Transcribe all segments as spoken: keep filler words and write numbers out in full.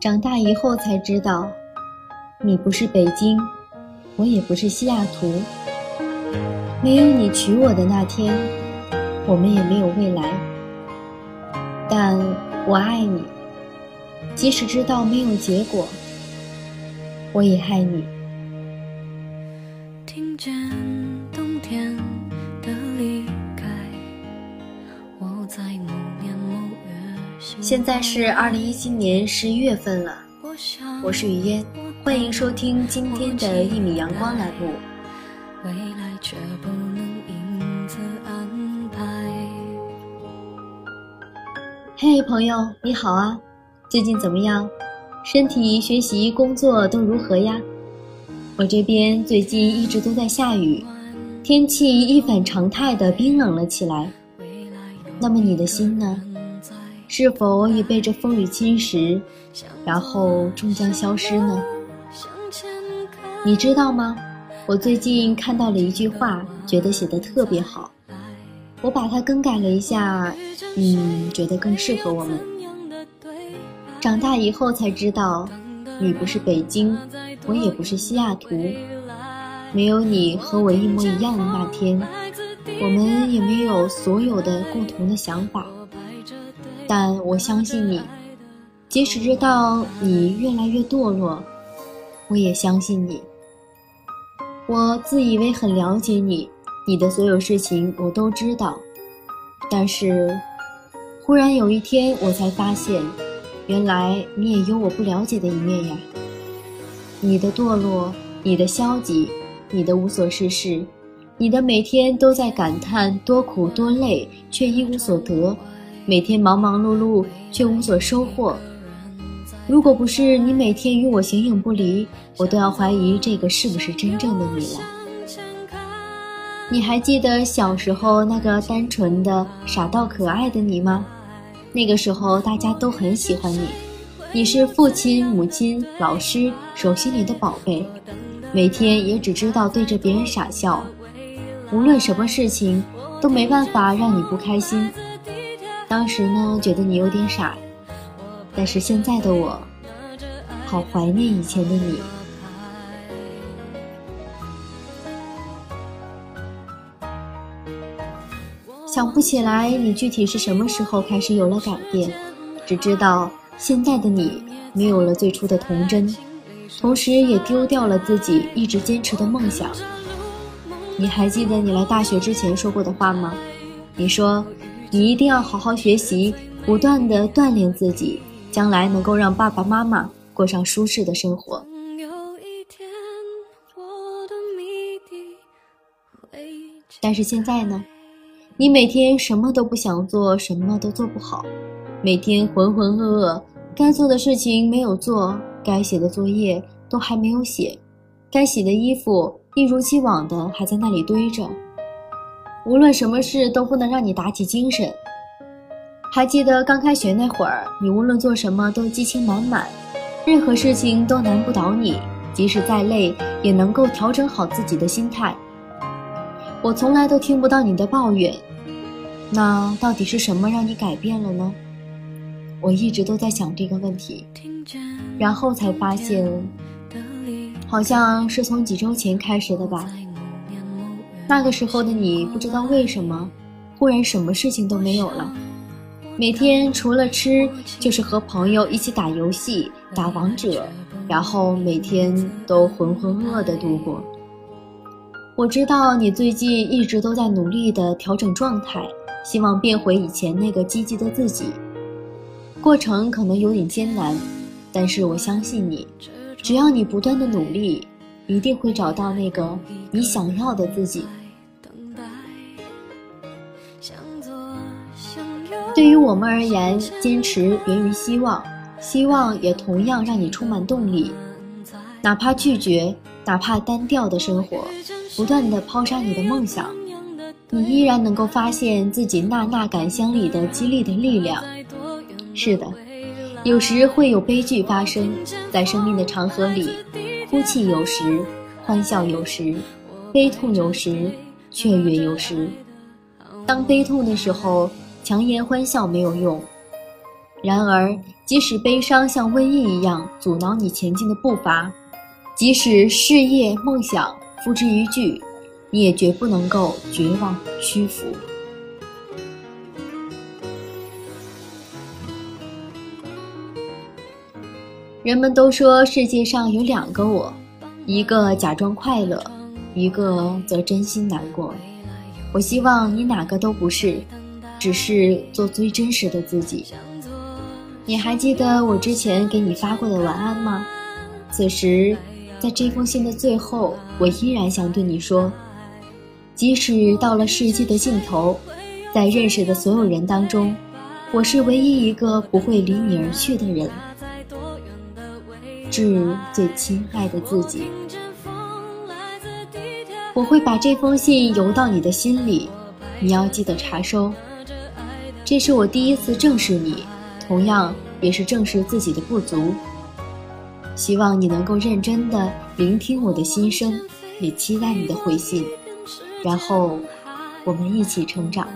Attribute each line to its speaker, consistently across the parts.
Speaker 1: 长大以后才知道，你不是北京，我也不是西雅图。没有你娶我的那天，我们也没有未来。但我爱你，即使知道没有结果，我也爱你。
Speaker 2: 听见冬天的离开，我在某年某月醒来。
Speaker 1: 现在是二零一七年十一月份了，我是雨嫣，欢迎收听今天的一米阳光栏目。
Speaker 2: 未来却不能因此安排。
Speaker 1: 嘿，朋友你好啊，最近怎么样？身体、学习、工作都如何呀？我这边最近一直都在下雨，天气一反常态的冰冷了起来。那么你的心呢？是否也被这风雨侵蚀，然后终将消失呢？你知道吗？我最近看到了一句话，觉得写得特别好，我把它更改了一下，嗯，觉得更适合我们。长大以后才知道，你不是北京，我也不是西雅图。没有你和我一模一样的那天，我们也没有所有的共同的想法。但我相信你，即使知道你越来越堕落，我也相信你。我自以为很了解你，你的所有事情我都知道，但是忽然有一天我才发现，原来你也有我不了解的一面呀。你的堕落，你的消极，你的无所事事，你的每天都在感叹多苦多累却一无所得，每天忙忙碌碌却无所收获。如果不是你每天与我形影不离，我都要怀疑这个是不是真正的你了。你还记得小时候那个单纯的傻到可爱的你吗？那个时候大家都很喜欢你，你是父亲、母亲、老师手心里的宝贝，每天也只知道对着别人傻笑，无论什么事情都没办法让你不开心。当时呢，觉得你有点傻，但是现在的我好怀念以前的你。想不起来你具体是什么时候开始有了改变，只知道现在的你没有了最初的童真，同时也丢掉了自己一直坚持的梦想。你还记得你来大学之前说过的话吗？你说你一定要好好学习，不断地锻炼自己，将来能够让爸爸妈妈过上舒适的生活。但是现在呢？你每天什么都不想做，什么都做不好，每天浑浑噩噩，该做的事情没有做，该写的作业都还没有写，该洗的衣服一如既往的还在那里堆着，无论什么事都不能让你打起精神。还记得刚开学那会儿，你无论做什么都激情满满，任何事情都难不倒你，即使再累也能够调整好自己的心态。我从来都听不到你的抱怨，那到底是什么让你改变了呢？我一直都在想这个问题，然后才发现好像是从几周前开始的吧。那个时候的你不知道为什么忽然什么事情都没有了，每天除了吃就是和朋友一起打游戏打王者，然后每天都浑浑噩噩地度过。我知道你最近一直都在努力地调整状态，希望变回以前那个积极的自己，过程可能有点艰难，但是我相信你，只要你不断的努力，一定会找到那个你想要的自己。对于我们而言，坚持源于希望，希望也同样让你充满动力。哪怕拒绝，哪怕单调的生活，不断地抛杀你的梦想，你依然能够发现自己那那感乡里的激励的力量。是的，有时会有悲剧发生，在生命的长河里，哭泣有时，欢笑有时，悲痛有时，雀跃有时。当悲痛的时候，强颜欢笑没有用， 然而，即使悲伤像瘟疫一样阻挠你前进的步伐，即使事业梦想付之一炬，你也绝不能够绝望屈服。人们都说世界上有两个我，一个假装快乐，一个则真心难过。我希望你哪个都不是，只是做最真实的自己。你还记得我之前给你发过的晚安吗？此时，在这封信的最后，我依然想对你说，即使到了世界的尽头，在认识的所有人当中，我是唯一一个不会离你而去的人。致最亲爱的自己，我会把这封信邮到你的心里，你要记得查收。这是我第一次正视你，同样也是正视自己的不足。希望你能够认真地聆听我的心声，也期待你的回信，然后我们一起成长。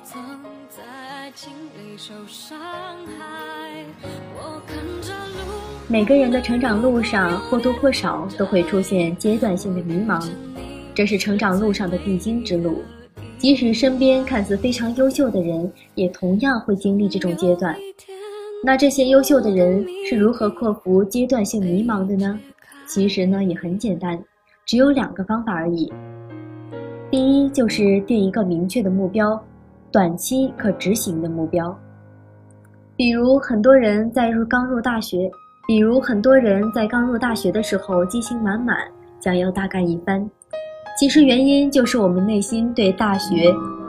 Speaker 1: 每个人的成长路上或多或少都会出现阶段性的迷茫，这是成长路上的必经之路。即使身边看似非常优秀的人，也同样会经历这种阶段。那这些优秀的人是如何克服阶段性迷茫的呢？其实呢也很简单，只有两个方法而已。第一，就是定一个明确的目标，短期可执行的目标。比如很多人在入刚入大学比如很多人在刚入大学的时候激情满满，想要大干一番。其实原因就是我们内心对大学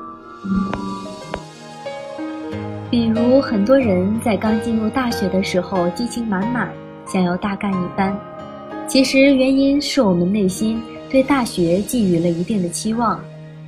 Speaker 1: 比如很多人在刚进入大学的时候激情满满，想要大干一番。其实原因是我们内心对大学寄予了一定的期望。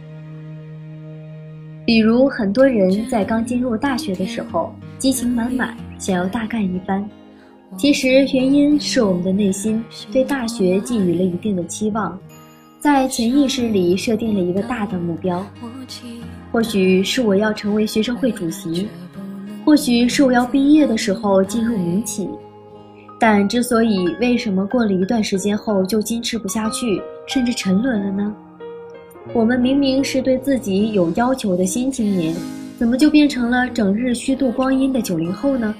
Speaker 1: 比如很多人在刚进入大学的时候激情满满，想要大干一番。其实原因是我们的内心对大学寄予了一定的期望，在潜意识里设定了一个大的目标。或许是我要成为学生会主席，或许是我要毕业的时候进入民企。但之所以为什么过了一段时间后就坚持不下去，甚至沉沦了呢？我们明明是对自己有要求的新青年，怎么就变成了整日虚度光阴的九零后呢？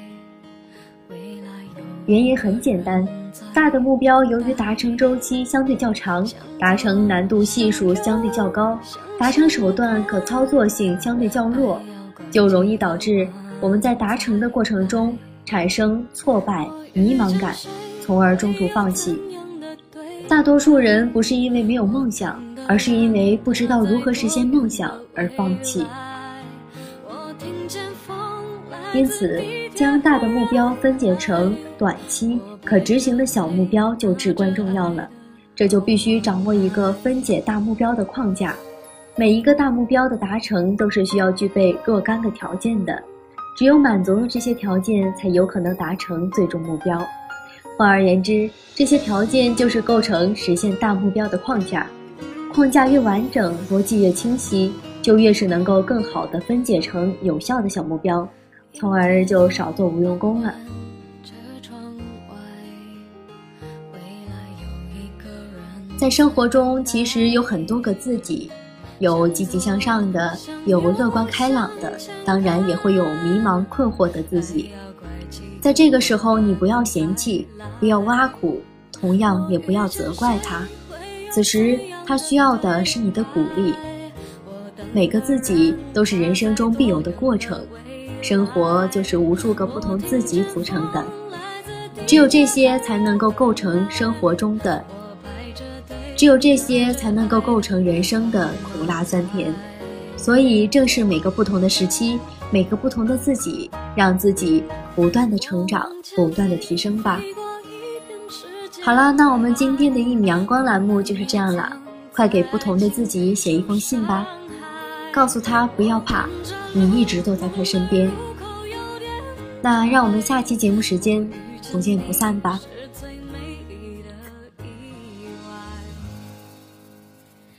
Speaker 1: 原因很简单，大的目标由于达成周期相对较长，达成难度系数相对较高，达成手段可操作性相对较弱，就容易导致我们在达成的过程中产生挫败、迷茫感，从而中途放弃。大多数人不是因为没有梦想，而是因为不知道如何实现梦想而放弃。因此，将大的目标分解成短期可执行的小目标就至关重要了。这就必须掌握一个分解大目标的框架。每一个大目标的达成都是需要具备若干个条件的，只有满足了这些条件，才有可能达成最终目标。换而言之，这些条件就是构成实现大目标的框架。框架越完整，逻辑越清晰，就越是能够更好地分解成有效的小目标，从而就少做无用功了。在生活中，其实有很多个自己，有积极向上的，有乐观开朗的，当然也会有迷茫困惑的自己。在这个时候，你不要嫌弃，不要挖苦，同样也不要责怪他。此时他需要的是你的鼓励。每个自己都是人生中必有的过程，生活就是无数个不同自己组成的，只有这些才能够构成生活中的只有这些才能够构成人生的苦辣酸甜。所以正是每个不同的时期，每个不同的自己，让自己不断的成长，不断的提升吧。好了，那我们今天的一米阳光栏目就是这样了，快给不同的自己写一封信吧，告诉他不要怕，你一直都在他身边。那让我们下期节目时间不见不散吧。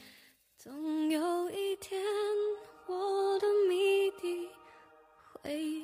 Speaker 2: 总有一天，我的谜底会